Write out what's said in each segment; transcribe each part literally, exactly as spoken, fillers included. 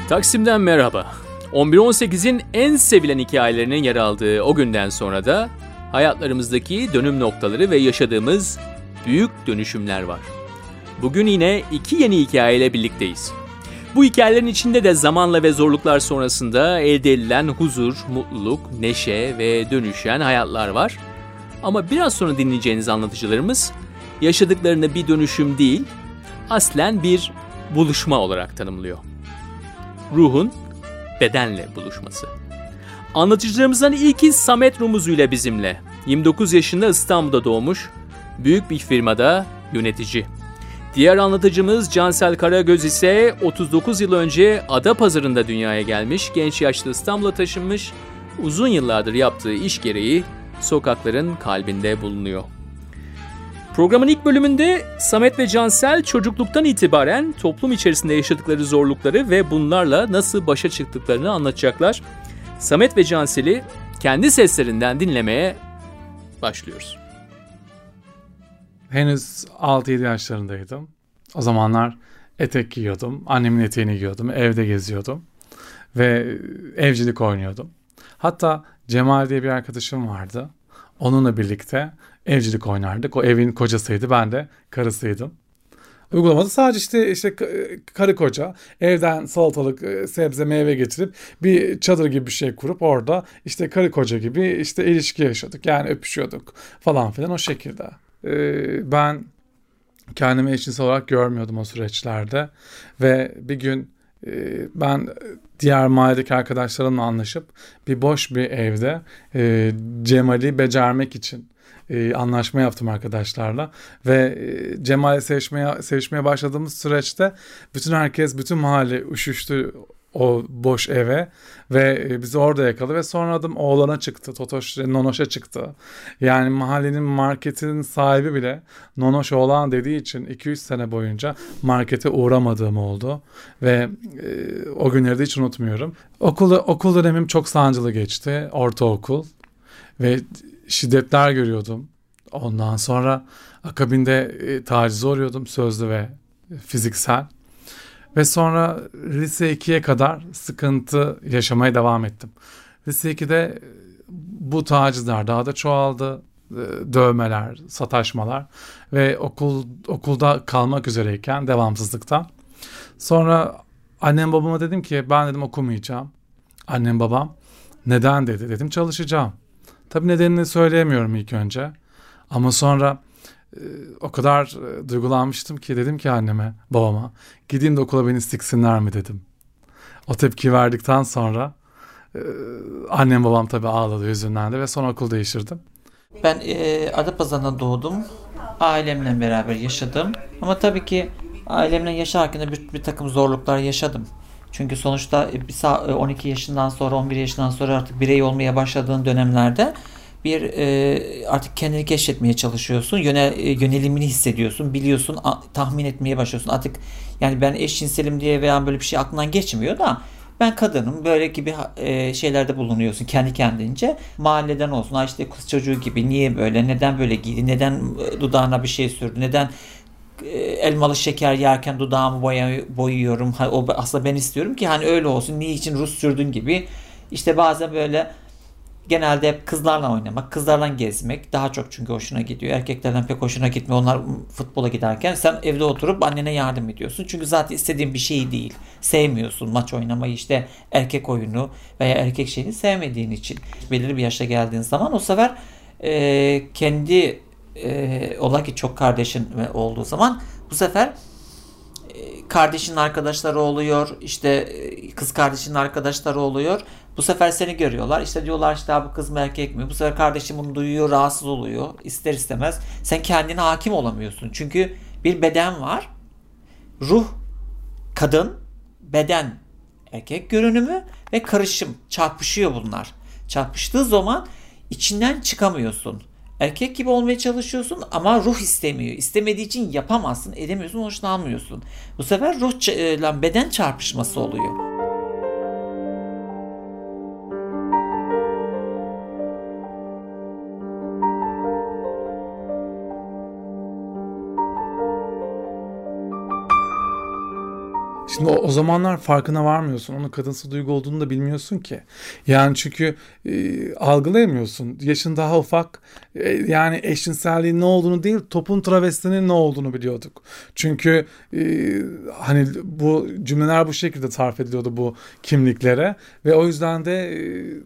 Taksim'den merhaba. on bir on sekizin en sevilen hikayelerinin yer aldığı o günden sonra da hayatlarımızdaki dönüm noktaları ve yaşadığımız büyük dönüşümler var. Bugün yine iki yeni hikayeyle birlikteyiz. Bu hikayelerin içinde de zamanla ve zorluklar sonrasında elde edilen huzur, mutluluk, neşe ve dönüşen hayatlar var. Ama biraz sonra dinleyeceğiniz anlatıcılarımız yaşadıklarını bir dönüşüm değil, aslen bir buluşma olarak tanımlıyor. Ruhun bedenle buluşması. Anlatıcılarımızdan ilki Samet Rumuzu ile bizimle. yirmi dokuz yaşında İstanbul'da doğmuş, büyük bir firmada yönetici. Diğer anlatıcımız Cansel Karagöz ise otuz dokuz yıl önce Adapazarı'nda dünyaya gelmiş, genç yaşta İstanbul'a taşınmış, uzun yıllardır yaptığı iş gereği sokakların kalbinde bulunuyor. Programın ilk bölümünde Samet ve Cansel çocukluktan itibaren toplum içerisinde yaşadıkları zorlukları ve bunlarla nasıl başa çıktıklarını anlatacaklar. Samet ve Cansel'i kendi seslerinden dinlemeye başlıyoruz. Henüz altı yedi yaşlarındaydım. O zamanlar etek giyiyordum, annemin eteğini giyiyordum, evde geziyordum ve evcilik oynuyordum. Hatta Cemal diye bir arkadaşım vardı. Onunla birlikte evcilik oynardık. O evin kocasıydı, ben de karısıydım. Uygulamada sadece işte işte karı koca evden salatalık, sebze, meyve getirip bir çadır gibi bir şey kurup orada işte karı koca gibi işte ilişki yaşadık. Yani öpüşüyorduk falan filan o şekilde. Ee, ben kendimi eşcinsel olarak görmüyordum o süreçlerde ve bir gün e, ben diğer mahalledeki arkadaşlarımla anlaşıp bir boş bir evde e, Cemal'i becermek için e, anlaşma yaptım arkadaşlarla ve e, Cemal'le sevişmeye, sevişmeye başladığımız süreçte bütün herkes, bütün mahalle üşüştü o boş eve ve e, bizi orada yakaladı ve sonra adım oğlana çıktı, Totoş, Nonoş'a çıktı. Yani mahallenin marketinin sahibi bile Nonoş oğlan dediği için iki üç sene boyunca markete uğramadığım oldu ve e, o günleri de hiç unutmuyorum. Okul, okul dönemim çok sancılı geçti, ortaokul ve şiddetler görüyordum. Ondan sonra akabinde e, tacize uğruyordum, sözlü ve fiziksel. Ve sonra lise ikiye kadar sıkıntı yaşamaya devam ettim. Lise ikide bu tacizler daha da çoğaldı. Dövmeler, sataşmalar ve okul okulda kalmak üzereyken devamsızlıktan. Sonra annem babama dedim ki ben dedim okumayacağım. Annem babam neden dedi. Dedim çalışacağım. Tabii nedenini söyleyemiyorum ilk önce. Ama sonra o kadar e, duygulanmıştım ki dedim ki anneme, babama gideyim de okula beni siksinler mi dedim. O tepki verdikten sonra e, annem babam tabii ağladı, hüzünlendi ve sonra okul değiştirdim. Ben e, Adapazarı'nda doğdum. Ailemle beraber yaşadım. Ama tabii ki ailemle yaşarken bir, bir takım zorluklar yaşadım. Çünkü sonuçta on iki yaşından sonra, on bir yaşından sonra artık birey olmaya başladığın dönemlerde bir e, artık kendini keşfetmeye çalışıyorsun. Yöne, yönelimini hissediyorsun. Biliyorsun, a, tahmin etmeye başlıyorsun. Artık yani ben eşcinselim diye veya böyle bir şey aklından geçmiyor da ben kadınım böyle gibi e, şeylerde bulunuyorsun kendi kendince. Mahalleden olsun, ha işte kız çocuğu gibi niye böyle, neden böyle giydi, neden dudağına bir şey sürdü, neden e, elmalı şeker yerken dudağımı boya, boyuyorum. Ha, o aslında ben istiyorum ki hani öyle olsun. Niye için Rus sürdün gibi. İşte bazen böyle genelde hep kızlarla oynamak, kızlarla gezmek daha çok çünkü hoşuna gidiyor. Erkeklerden pek hoşuna gitmiyor. Onlar futbola giderken sen evde oturup annene yardım ediyorsun. Çünkü zaten istediğin bir şey değil. Sevmiyorsun maç oynamayı, işte erkek oyunu veya erkek şeyini sevmediğin için. Belirli bir yaşa geldiğin zaman o sefer e, kendi e, ola ki çok kardeşin olduğu zaman bu sefer kardeşinin arkadaşları oluyor, işte kız kardeşinin arkadaşları oluyor. Bu sefer seni görüyorlar. İşte diyorlar işte bu kız mı erkek mi? Bu sefer kardeşim bunu duyuyor, rahatsız oluyor. İster istemez. Sen kendine hakim olamıyorsun. Çünkü bir beden var. Ruh kadın, beden erkek görünümü ve karışım. Çarpışıyor bunlar. Çarpıştığı zaman içinden çıkamıyorsun. Erkek gibi olmaya çalışıyorsun ama ruh istemiyor. İstemediği için yapamazsın, edemiyorsun, hoşlanmıyorsun. Bu sefer ruh ile beden çarpışması oluyor. Şimdi o, o zamanlar farkına varmıyorsun. Onun kadınsı duygu olduğunu da bilmiyorsun ki. Yani çünkü e, algılayamıyorsun. Yaşın daha ufak. E, yani eşcinselliğin ne olduğunu değil, topun travestinin ne olduğunu biliyorduk. Çünkü e, hani bu cümleler bu şekilde sarf ediliyordu bu kimliklere. Ve o yüzden de e,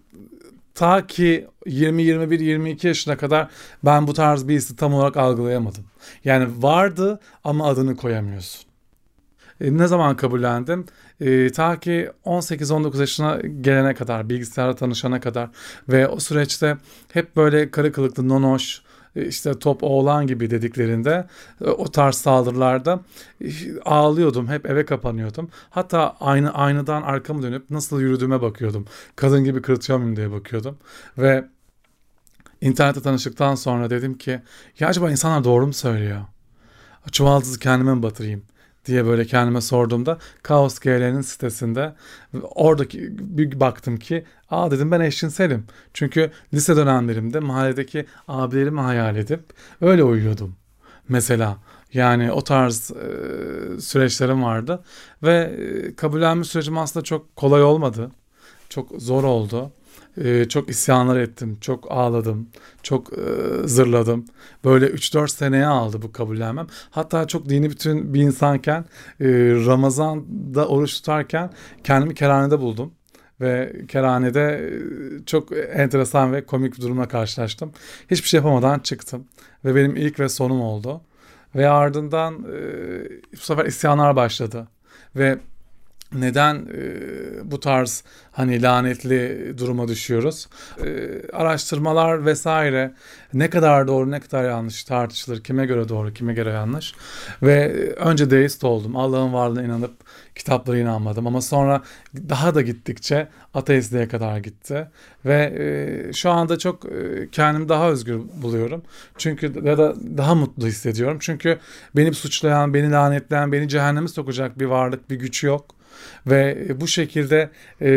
ta ki yirmi, yirmi bir, yirmi iki yaşına kadar ben bu tarz bir hissi tam olarak algılayamadım. Yani vardı ama adını koyamıyorsun. E, ne zaman kabullendim? E, ta ki on sekiz on dokuz yaşına gelene kadar, bilgisayarla tanışana kadar ve o süreçte hep böyle karı kılıklı, nonoş, işte top oğlan gibi dediklerinde o tarz saldırılarda ağlıyordum. Hep eve kapanıyordum. Hatta aynı aynadan arkamı dönüp nasıl yürüdüğüme bakıyordum. Kadın gibi kırıtıyor muyum diye bakıyordum. Ve internette tanıştıktan sonra dedim ki ya acaba insanlar doğru mu söylüyor? Çuvaldızı kendime mi batırayım diye böyle kendime sorduğumda Kaos G L'nin sitesinde oradaki bir baktım ki aa dedim ben eşcinselim. Çünkü lise dönemlerimde mahalledeki abilerimi hayal edip öyle uyuyordum. Mesela yani o tarz e, süreçlerim vardı ve e, kabullenme sürecim aslında çok kolay olmadı. Çok zor oldu. Ee, çok isyanlar ettim, çok ağladım, çok e, zırladım. Böyle üç dört seneye aldı bu kabullenmem. Hatta çok dini bütün bir insanken e, Ramazan'da oruç tutarken kendimi kerhanede buldum. Ve kerhanede e, çok enteresan ve komik bir durumla karşılaştım. Hiçbir şey yapamadan çıktım. Ve benim ilk ve sonum oldu. Ve ardından e, bu sefer isyanlar başladı. Ve neden e, bu tarz hani lanetli duruma düşüyoruz? E, araştırmalar vesaire ne kadar doğru ne kadar yanlış tartışılır. Kime göre doğru kime göre yanlış. Ve önce deist oldum. Allah'ın varlığına inanıp kitaplara inanmadım. Ama sonra daha da gittikçe ateistliğe kadar gitti. Ve e, şu anda çok e, kendimi daha özgür buluyorum. Çünkü ya da daha mutlu hissediyorum. Çünkü beni suçlayan, beni lanetleyen, beni cehenneme sokacak bir varlık, bir güç yok. Ve bu şekilde e,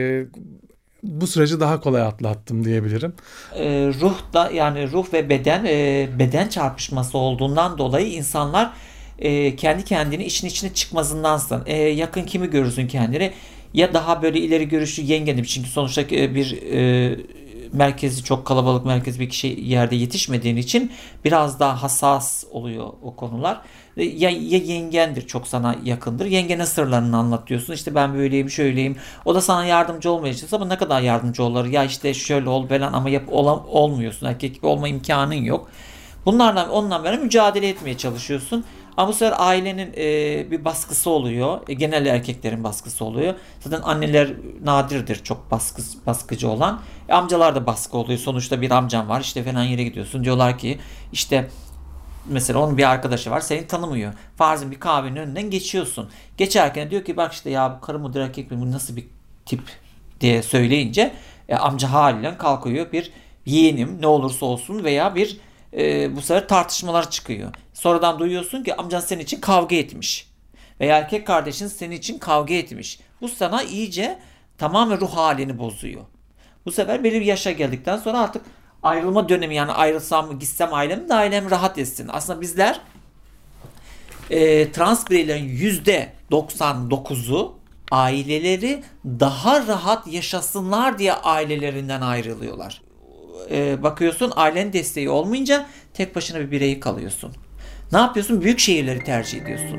bu süreci daha kolay atlattım diyebilirim. E, ruh da yani ruh ve beden e, beden çarpışması olduğundan dolayı insanlar e, kendi kendini işin içine çıkmazındansın. E, yakın kimi görürsün kendini? Ya daha böyle ileri görüşlü yengenim çünkü sonuçta e, bir e, merkezi çok kalabalık merkezi bir kişi yerde yetişmediğin için biraz daha hassas oluyor o konular. Ya, ya yengendir çok sana yakındır. Yengene sırlarını anlatıyorsun. İşte ben böyleyim şöyleyim. O da sana yardımcı olmaya çalışıyor ama ne kadar yardımcı olur? Ya işte şöyle ol falan ama yap olam, olmuyorsun. Erkek gibi olma imkanın yok. Bunlardan ondan beri mücadele etmeye çalışıyorsun. Ama bu sefer ailenin e, bir baskısı oluyor. E, genelde erkeklerin baskısı oluyor. Zaten anneler nadirdir çok baskı, baskıcı olan. E, amcalar da baskı oluyor. Sonuçta bir amcan var işte falan yere gidiyorsun. Diyorlar ki işte mesela onun bir arkadaşı var seni tanımıyor. Farzın bir kahvenin önünden geçiyorsun. Geçerken diyor ki bak işte ya bu karı mıdır erkek mi bu nasıl bir tip diye söyleyince e, amca haliyle kalkıyor bir yeğenim ne olursa olsun veya bir e, bu sefer tartışmalar çıkıyor. Sonradan duyuyorsun ki amcan senin için kavga etmiş. Veya erkek kardeşin senin için kavga etmiş. Bu sana iyice tamamen ruh halini bozuyor. Bu sefer belli bir yaşa geldikten sonra artık ayrılma dönemi yani ayrılsam mı gitsem ailem de ailem rahat etsin. Aslında bizler e, trans bireylerin yüzde doksan dokuzu aileleri daha rahat yaşasınlar diye ailelerinden ayrılıyorlar. E, bakıyorsun ailenin desteği olmayınca tek başına bir birey kalıyorsun. Ne yapıyorsun? Büyük şehirleri tercih ediyorsun.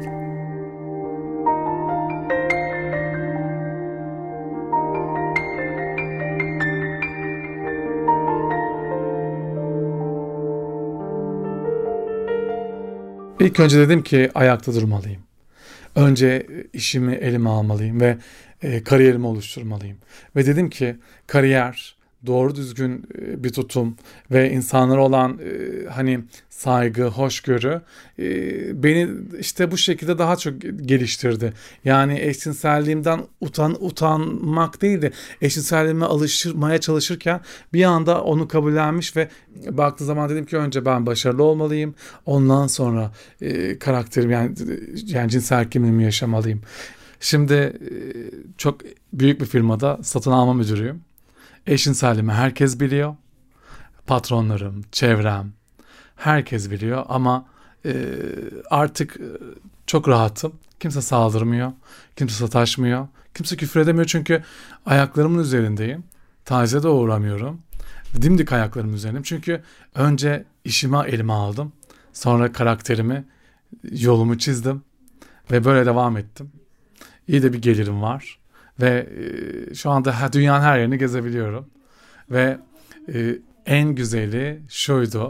İlk önce dedim ki ayakta durmalıyım. Önce işimi elime almalıyım ve e, kariyerimi oluşturmalıyım. Ve dedim ki kariyer, doğru düzgün e, bir tutum ve insanlara olan e, hani saygı, hoşgörü e, beni işte bu şekilde daha çok geliştirdi. Yani eşcinselliğimden utan, utanmak değil de eşcinselliğime alışmaya çalışırken bir anda onu kabullenmiş ve baktığı zaman dedim ki önce ben başarılı olmalıyım. Ondan sonra e, karakterim yani, yani cinsel kimliğimi yaşamalıyım. Şimdi e, çok büyük bir firmada satın alma müdürüyüm. Eşcinselliğimi herkes biliyor. Patronlarım, çevrem, herkes biliyor ama e, artık çok rahatım. Kimse saldırmıyor, kimse sataşmıyor, kimse küfür edemiyor çünkü ayaklarımın üzerindeyim. Tacize de uğramıyorum. Dimdik ayaklarımın üzerindeyim. Çünkü önce işimi elime aldım. Sonra karakterimi, yolumu çizdim ve böyle devam ettim. İyi de bir gelirim var ve e, şu anda dünyanın her yerini gezebiliyorum. Ve e, en güzeli şuydu.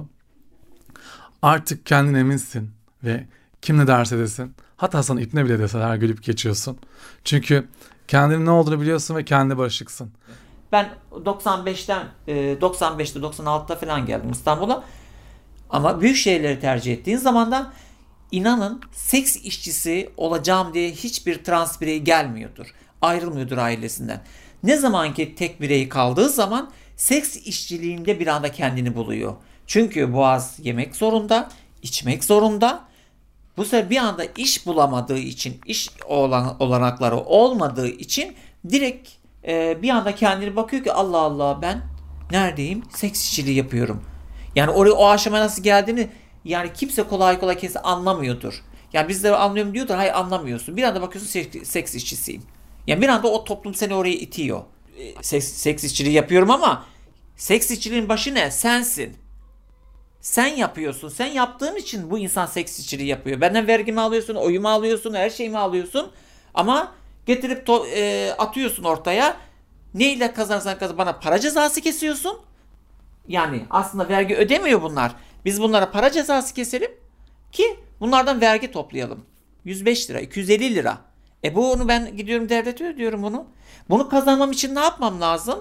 Artık kendin eminsin ve kim ne derse desin, hatta sana ipne bile deseler gülüp geçiyorsun. Çünkü kendinin ne olduğunu biliyorsun ve kendine barışıksın. Ben doksan beşten doksan beşte doksan altıda falan geldim İstanbul'a. Ama büyük şehirleri tercih ettiğin zaman da inanın seks işçisi olacağım diye hiçbir trans birey gelmiyordur. Ayrılmıyordur ailesinden. Ne zaman ki tek birey kaldığı zaman seks işçiliğinde bir anda kendini buluyor. Çünkü boğaz yemek zorunda, içmek zorunda. Bu sefer bir anda iş bulamadığı için, iş olanakları olmadığı için direkt e, bir anda kendini bakıyor ki Allah Allah ben neredeyim? Seks işçiliği yapıyorum. Yani oraya o aşama nasıl geldiğini yani kimse kolay kolay kesin anlamıyordur. Yani bizler anlıyorum diyordur. Hayır anlamıyorsun. Bir anda bakıyorsun seks, seks işçisiyim. Yani bir anda o toplum seni oraya itiyor. E, seks, seks işçiliği yapıyorum ama seks işçiliğin başı ne? Sensin. Sen yapıyorsun. Sen yaptığın için bu insan seks işçiliği yapıyor. Benden vergimi alıyorsun, oyumu alıyorsun, her şeyimi alıyorsun. Ama getirip to- e, atıyorsun ortaya. Neyle kazanırsan kazan bana para cezası kesiyorsun. Yani aslında vergi ödemiyor bunlar. Biz bunlara para cezası keselim ki bunlardan vergi toplayalım. yüz beş lira, iki yüz elli lira. E bunu ben gidiyorum devlete ödüyorum bunu. Bunu kazanmam için ne yapmam lazım?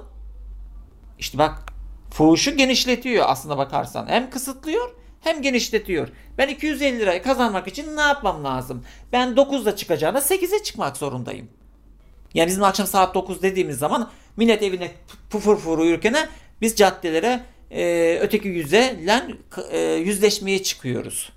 İşte bak fuhuşu genişletiyor aslında bakarsan. Hem kısıtlıyor hem genişletiyor. Ben iki yüz elli lirayı kazanmak için ne yapmam lazım? Ben dokuzda çıkacağına sekize çıkmak zorundayım. Yani bizim akşam saat dokuz dediğimiz zaman millet evine pufur pufur uyurken biz caddelere e, öteki yüzle e, yüzleşmeye çıkıyoruz.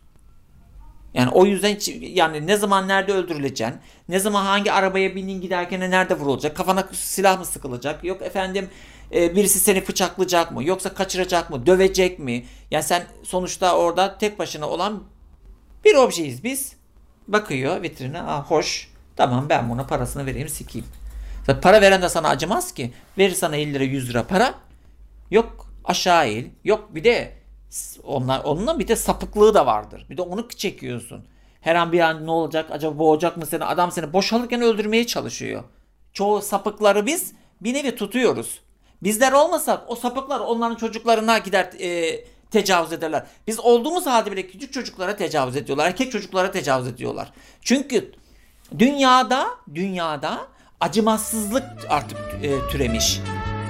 Yani o yüzden yani ne zaman nerede öldürüleceksin, ne zaman hangi arabaya bindin giderken nerede vurulacak, kafana silah mı sıkılacak, yok efendim e, birisi seni bıçaklayacak mı, yoksa kaçıracak mı, dövecek mi? Yani sen sonuçta orada tek başına olan bir objeyiz biz. Bakıyor vitrine, ah hoş, tamam ben buna parasını vereyim sikeyim. Para veren de sana acımaz ki. Verir sana elli lira yüz lira para. Yok aşağı eğil. Yok bir de onlar, onunla bir de sapıklığı da vardır. Bir de onu çekiyorsun. Her an bir an ne olacak? Acaba boğacak mı seni? Adam seni boşalırken öldürmeye çalışıyor. Çoğu sapıkları biz bir nevi tutuyoruz. Bizler olmasak o sapıklar onların çocuklarına gider e, tecavüz ederler. Biz olduğumuz halde bile küçük çocuklara tecavüz ediyorlar. Erkek çocuklara tecavüz ediyorlar. Çünkü dünyada dünyada acımasızlık artık e, türemiş.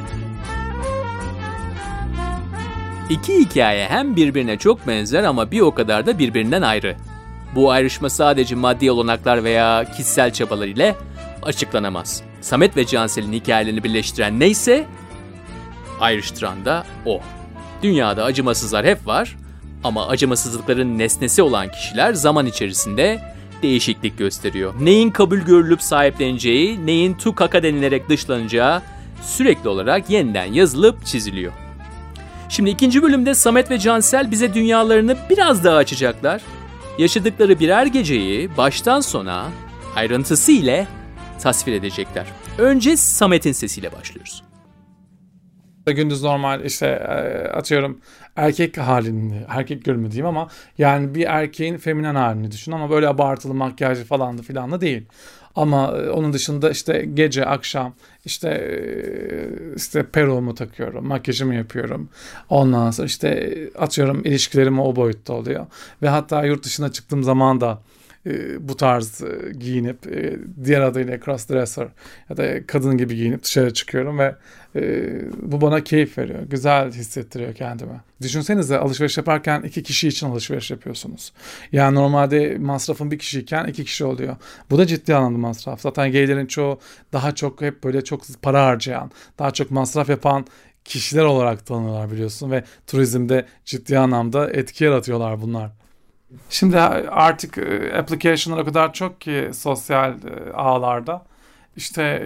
İki hikaye hem birbirine çok benzer ama bir o kadar da birbirinden ayrı. Bu ayrışma sadece maddi olanaklar veya kişisel çabalar ile açıklanamaz. Samet ve Cansel'in hikayelerini birleştiren neyse, ayrıştıran da o. Dünyada acımasızlar hep var ama acımasızlıkların nesnesi olan kişiler zaman içerisinde değişiklik gösteriyor. Neyin kabul görülüp sahipleneceği, neyin tu kaka denilerek dışlanacağı sürekli olarak yeniden yazılıp çiziliyor. Şimdi ikinci bölümde Samet ve Cansel bize dünyalarını biraz daha açacaklar. Yaşadıkları birer geceyi baştan sona ayrıntısı ile tasvir edecekler. Önce Samet'in sesiyle başlıyoruz. Gündüz normal işte atıyorum erkek halini, erkek görünümü diyeyim ama yani bir erkeğin feminen halini düşün ama böyle abartılı makyajı falandı filanlı değil. Ama onun dışında işte gece, akşam işte işte peruğumu takıyorum, makyajımı yapıyorum. Ondan sonra işte atıyorum ilişkilerim o boyutta oluyor. Ve hatta yurt dışına çıktığım zaman da bu tarz giyinip diğer adıyla crossdresser ya da kadın gibi giyinip dışarı çıkıyorum ve bu bana keyif veriyor. Güzel hissettiriyor kendime. Düşünsenize alışveriş yaparken iki kişi için alışveriş yapıyorsunuz. Yani normalde masrafın bir kişiyken iki kişi oluyor. Bu da ciddi anlamda masraf. Zaten gaylerin çoğu daha çok hep böyle çok para harcayan, daha çok masraf yapan kişiler olarak tanınıyorlar biliyorsun ve turizmde ciddi anlamda etki yaratıyorlar bunlar. Şimdi artık application'lar o kadar çok ki sosyal ağlarda işte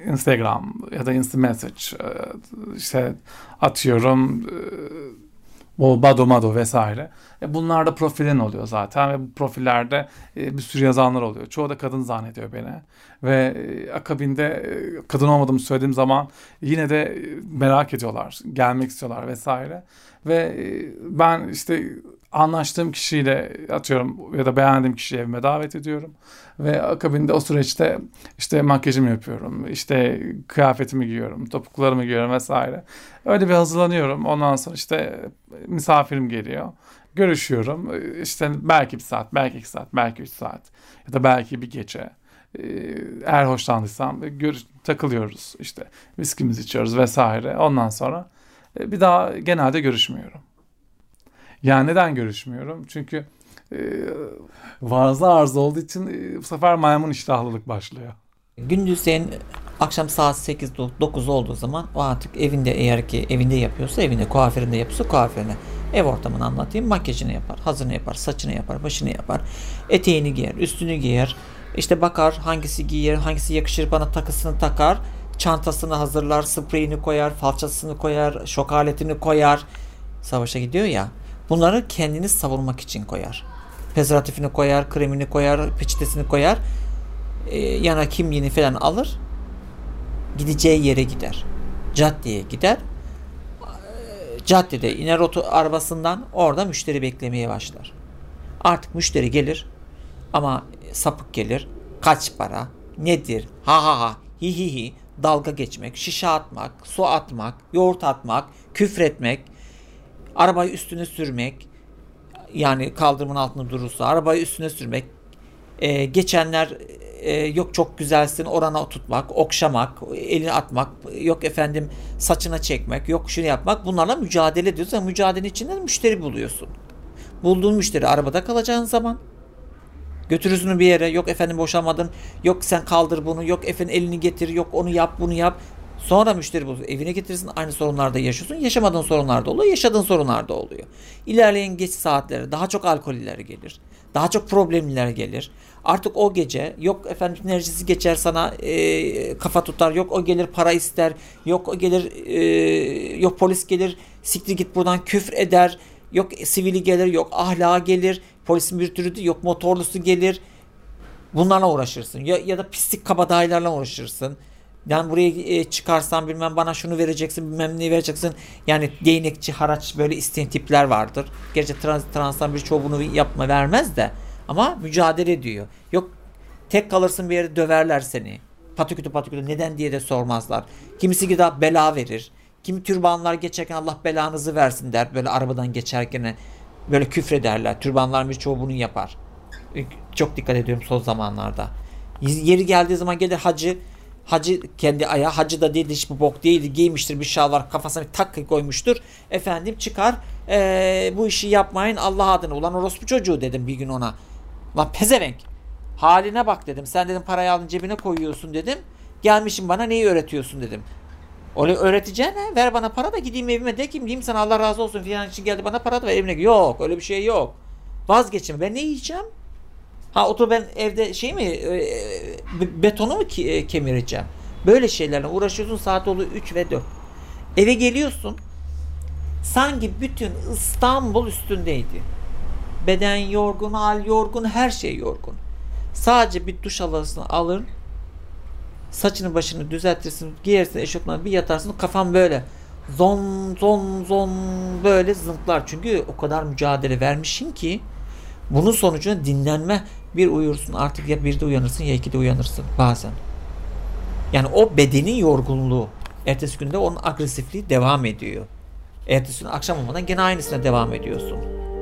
Instagram ya da Instant Message işte atıyorum O Bado Mado vesaire. E bunlar da profilin oluyor zaten ve bu profillerde e, bir sürü yazanlar oluyor. Çoğu da kadın zannediyor beni. Ve e, akabinde e, kadın olmadığımı söylediğim zaman yine de e, merak ediyorlar, gelmek istiyorlar vesaire. Ve e, ben işte anlaştığım kişiyle atıyorum ya da beğendiğim kişiyi evime davet ediyorum. Ve akabinde o süreçte işte makyajımı yapıyorum, işte kıyafetimi giyiyorum, topuklarımı giyiyorum vesaire. Öyle bir hazırlanıyorum. Ondan sonra işte misafirim geliyor. Görüşüyorum. İşte belki bir saat, belki iki saat, belki üç saat ya da belki bir gece. Eğer hoşlandıysam görüş, takılıyoruz. İşte viskimizi içiyoruz vesaire. Ondan sonra bir daha genelde görüşmüyorum. Yani neden görüşmüyorum? Çünkü e, fazla arz olduğu için e, bu sefer maymun iştahlılık başlıyor. Gündüzleyin akşam saat sekiz dokuz olduğu zaman o artık evinde, eğer ki evinde yapıyorsa evinde, kuaföründe yapıyorsa kuaförüne. Ev ortamını anlatayım. Makyajını yapar, hazırını yapar, saçını yapar, başını yapar. Eteğini giyer, üstünü giyer. İşte bakar hangisi giyer, hangisi yakışır bana, takısını takar. Çantasını hazırlar, spreyini koyar, falçasını koyar, şok aletini koyar. Savaşa gidiyor ya. Bunları kendini savunmak için koyar. Prezervatifini koyar, kremini koyar, peçetesini koyar. Ee, yana kimliğini falan alır. Gideceği yere gider. Caddeye gider. Ee, caddede iner oto arabasından, orada müşteri beklemeye başlar. Artık müşteri gelir ama sapık gelir. Kaç para? Nedir? Ha ha ha. Hi hi hi. Dalga geçmek, şişe atmak, su atmak, yoğurt atmak, küfretmek, arabayı üstüne sürmek, yani kaldırımın altında durursa arabayı üstüne sürmek, ee, geçenler e, yok çok güzelsin orana tutmak, okşamak, elini atmak, yok efendim saçına çekmek, yok şunu yapmak, bunlarla mücadele ediyorsun. Yani mücadele içinde müşteri buluyorsun. Bulduğun müşteri arabada kalacağın zaman götürürsün bir yere, yok efendim boşamadın, yok sen kaldır bunu, yok efendim elini getir, yok onu yap bunu yap. Sonra müşteri buluyorsun. Evine getirirsin, aynı sorunlarda yaşıyorsun. Yaşamadığın sorunlar da oluyor, yaşadığın sorunlar da oluyor. İlerleyen geç saatlere daha çok alkoller gelir. Daha çok problemler gelir. Artık o gece yok efendim enerjisi geçer sana, e, kafa tutar, yok o gelir para ister, yok o gelir e, yok polis gelir siktir git buradan küfür eder, yok sivili gelir, yok ahlaka gelir, polisin bir türü de yok motorlusu gelir. Bunlarla uğraşırsın ya, ya da pislik kabadayılarla uğraşırsın. Yani buraya çıkarsan bilmem bana şunu vereceksin, bilmem ne vereceksin. Yani değnekçi, haraç böyle isteyen tipler vardır. Gerçi trans, transtan birçoğu bunu yapma vermez de. Ama mücadele ediyor. Yok tek kalırsın bir yere döverler seni. Patikütü patikütü neden diye de sormazlar. Kimisi gider bela verir. Kimi türbanlar geçerken Allah belanızı versin der. Böyle arabadan geçerken böyle küfrederler. Türbanlar birçoğu bunu yapar. Çok dikkat ediyorum son zamanlarda. Yeri geldiği zaman gelir hacı. Hacı kendi ayağı, hacı da değildi, hiçbir bok değildi, giymiştir bir şalvar, kafasına bir takı koymuştur. Efendim çıkar, ee, bu işi yapmayın Allah adına. Ulan orospu çocuğu dedim bir gün ona. Lan pezevenk, haline bak dedim. Sen dedim parayı aldın cebine koyuyorsun dedim. Gelmişim bana neyi öğretiyorsun dedim. Öyle öğreteceğine ver bana para da gideyim evime de kim diyeyim sana Allah razı olsun filan için geldi bana para da ver evine. Yok öyle bir şey yok. Vazgeçin, ben ne yiyeceğim? Ha otur ben evde şey mi e, betonu mu ki, e, kemireceğim? Böyle şeylerle uğraşıyorsun, saat oluyor üç ve dört. Eve geliyorsun. Sanki bütün İstanbul üstündeydi. Beden yorgun, hal yorgun, her şey yorgun. Sadece bir duş alırsın, alır. Saçını başını düzeltirsin, giyersin eşofmanı, bir yatarsın, kafan böyle zon zon zon böyle zınklar. Çünkü o kadar mücadele vermişsin ki bunun sonucunda dinlenme, bir uyursun artık, ya bir de uyanırsın ya iki de uyanırsın bazen. Yani o bedenin yorgunluğu. Ertesi günde onun agresifliği devam ediyor. Ertesi gün akşam olmadan gene aynısına devam ediyorsun.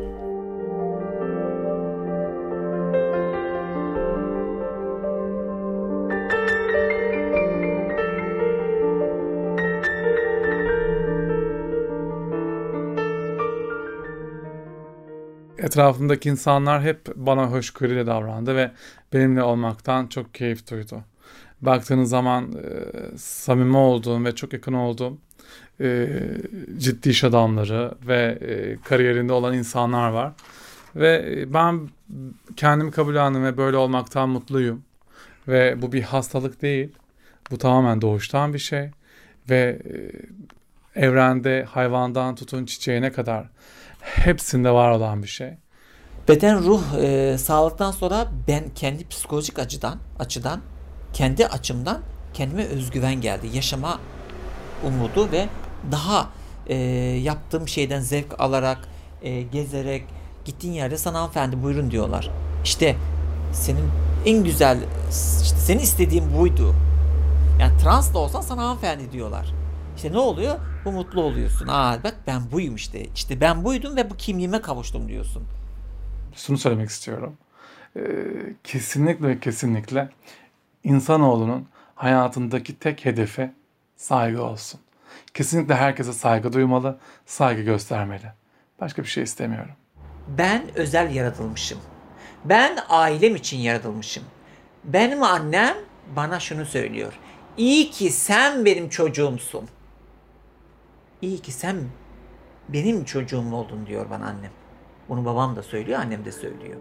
Etrafımdaki insanlar hep bana hoşgörüyle davrandı ve benimle olmaktan çok keyif duydu. Baktığınız zaman e, samimi olduğum ve çok yakın olduğum e, ciddi iş adamları ve e, kariyerinde olan insanlar var. Ve ben kendimi kabullendim ve böyle olmaktan mutluyum. Ve bu bir hastalık değil. Bu tamamen doğuştan bir şey. Ve e, Evrende hayvandan tutun çiçeğine kadar hepsinde var olan bir şey. Beden, ruh, e, sağlıktan sonra ben kendi psikolojik açıdan, açıdan, kendi açımdan kendime özgüven geldi. Yaşama umudu ve daha e, yaptığım şeyden zevk alarak, e, gezerek, gittiğin yerde sana hanımefendi buyurun diyorlar. İşte senin en güzel, işte senin istediğin buydu. Yani trans da olsan sana hanımefendi diyorlar. İşte ne oluyor? Bu mutlu oluyorsun. Aa bak ben buyum işte. İşte ben buydum ve bu kimliğime kavuştum diyorsun. Şunu söylemek istiyorum. Ee, kesinlikle ve kesinlikle insanoğlunun hayatındaki tek hedefi saygı olsun. Kesinlikle herkese saygı duymalı, saygı göstermeli. Başka bir şey istemiyorum. Ben özel yaratılmışım. Ben ailem için yaratılmışım. Benim annem bana şunu söylüyor. İyi ki sen benim çocuğumsun. İyi ki sen benim çocuğum oldun diyor bana annem. Bunu babam da söylüyor, annem de söylüyor.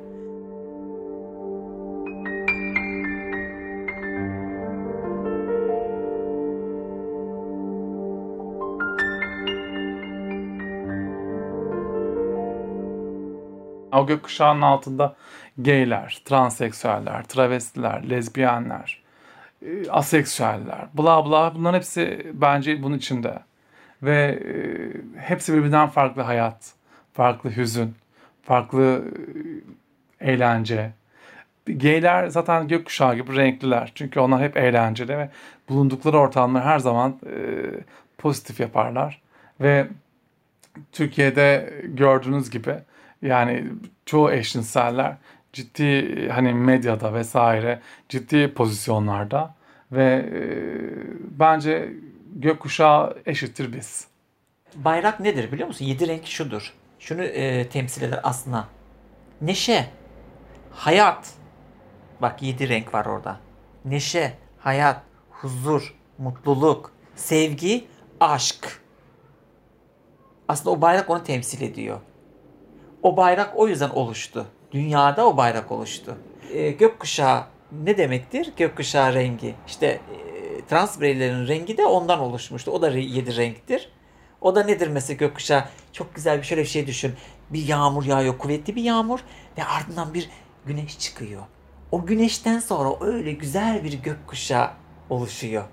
O gökkuşağının altında gayler, transseksüeller, travestiler, lezbiyenler, aseksüeller, bla bla bunların hepsi bence bunun içinde. Ve hepsi birbirinden farklı hayat, farklı hüzün, farklı eğlence. Gayler zaten gökkuşağı gibi renkliler. Çünkü onlar hep eğlenceli ve bulundukları ortamları her zaman e, pozitif yaparlar. Ve Türkiye'de gördüğünüz gibi yani çoğu eşcinseller ciddi hani medyada vesaire ciddi pozisyonlarda ve e, bence gökkuşağı eşittir biz. Bayrak nedir biliyor musun? Yedi renk şudur. Şunu e, temsil eder aslında. Neşe, hayat. Bak yedi renk var orada. Neşe, hayat, huzur, mutluluk, sevgi, aşk. Aslında o bayrak onu temsil ediyor. O bayrak o yüzden oluştu. Dünyada o bayrak oluştu. E, gökkuşağı ne demektir? Gökkuşağı rengi. İşte e, trans bireylerin rengi de ondan oluşmuştu. O da yedi renktir. O da nedir mesela gökkuşağı? Çok güzel bir şöyle bir şey düşün. Bir yağmur yağıyor, kuvvetli bir yağmur ve ardından bir güneş çıkıyor. O güneşten sonra öyle güzel bir gökkuşağı oluşuyor.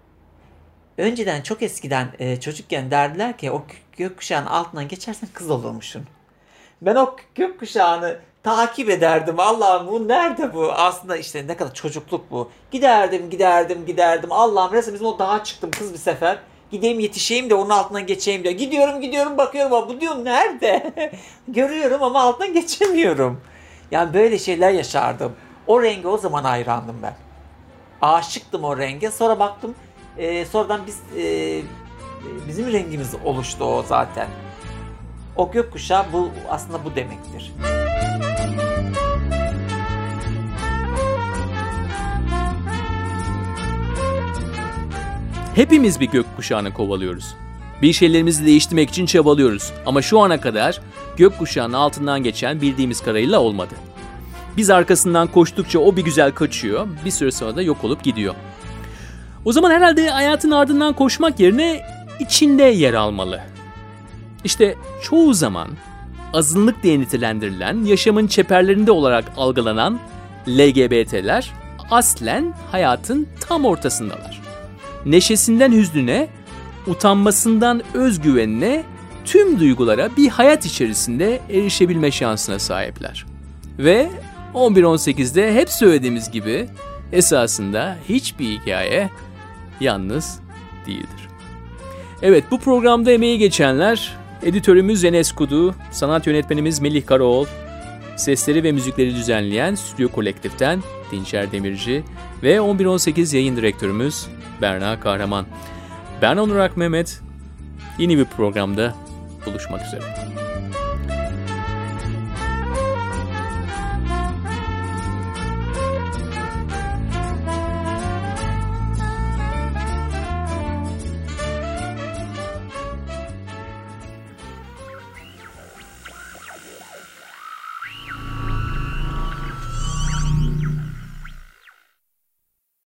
Önceden çok eskiden e, çocukken derdiler ki o gökkuşağının altından geçersen kız olurmuşsun. Ben o gökkuşağını takip ederdim. Allah'ım bu nerede bu? Aslında işte ne kadar çocukluk bu. Giderdim, giderdim, giderdim. Allah'ım resmen bizim o dağa çıktım kız bir sefer. Gideyim yetişeyim de onun altından geçeyim diyor. Gidiyorum, gidiyorum, bakıyorum ama bu diyor nerede? Görüyorum ama altından geçemiyorum. Yani böyle şeyler yaşardım. O renge o zaman hayrandım ben. Aşıktım o renge. Sonra baktım e, sonradan biz e, bizim rengimiz oluştu o zaten. O gökkuşağı bu aslında bu demektir. Hepimiz bir gökkuşağını kovalıyoruz. Bir şeylerimizi değiştirmek için çabalıyoruz. Ama şu ana kadar gökkuşağının altından geçen bildiğimiz kadarıyla olmadı. Biz arkasından koştukça o bir güzel kaçıyor, bir süre sonra da yok olup gidiyor. O zaman herhalde hayatın ardından koşmak yerine içinde yer almalı. İşte çoğu zaman azınlık diye nitelendirilen yaşamın çeperlerinde olarak algılanan L G B T'ler aslen hayatın tam ortasındalar. Neşesinden hüznüne, utanmasından özgüvenine, tüm duygulara bir hayat içerisinde erişebilme şansına sahipler. Ve on bir on sekizde hep söylediğimiz gibi esasında hiçbir hikaye yalnız değildir. Evet, bu programda emeği geçenler editörümüz Enes Kudu, sanat yönetmenimiz Melih Karaoğul, sesleri ve müzikleri düzenleyen Stüdyo Kolektif'ten Dinçer Demirci ve on bir on sekiz yayın direktörümüz Berna Kahraman. Ben Onur Ak Mehmet. Yeni bir programda buluşmak üzere.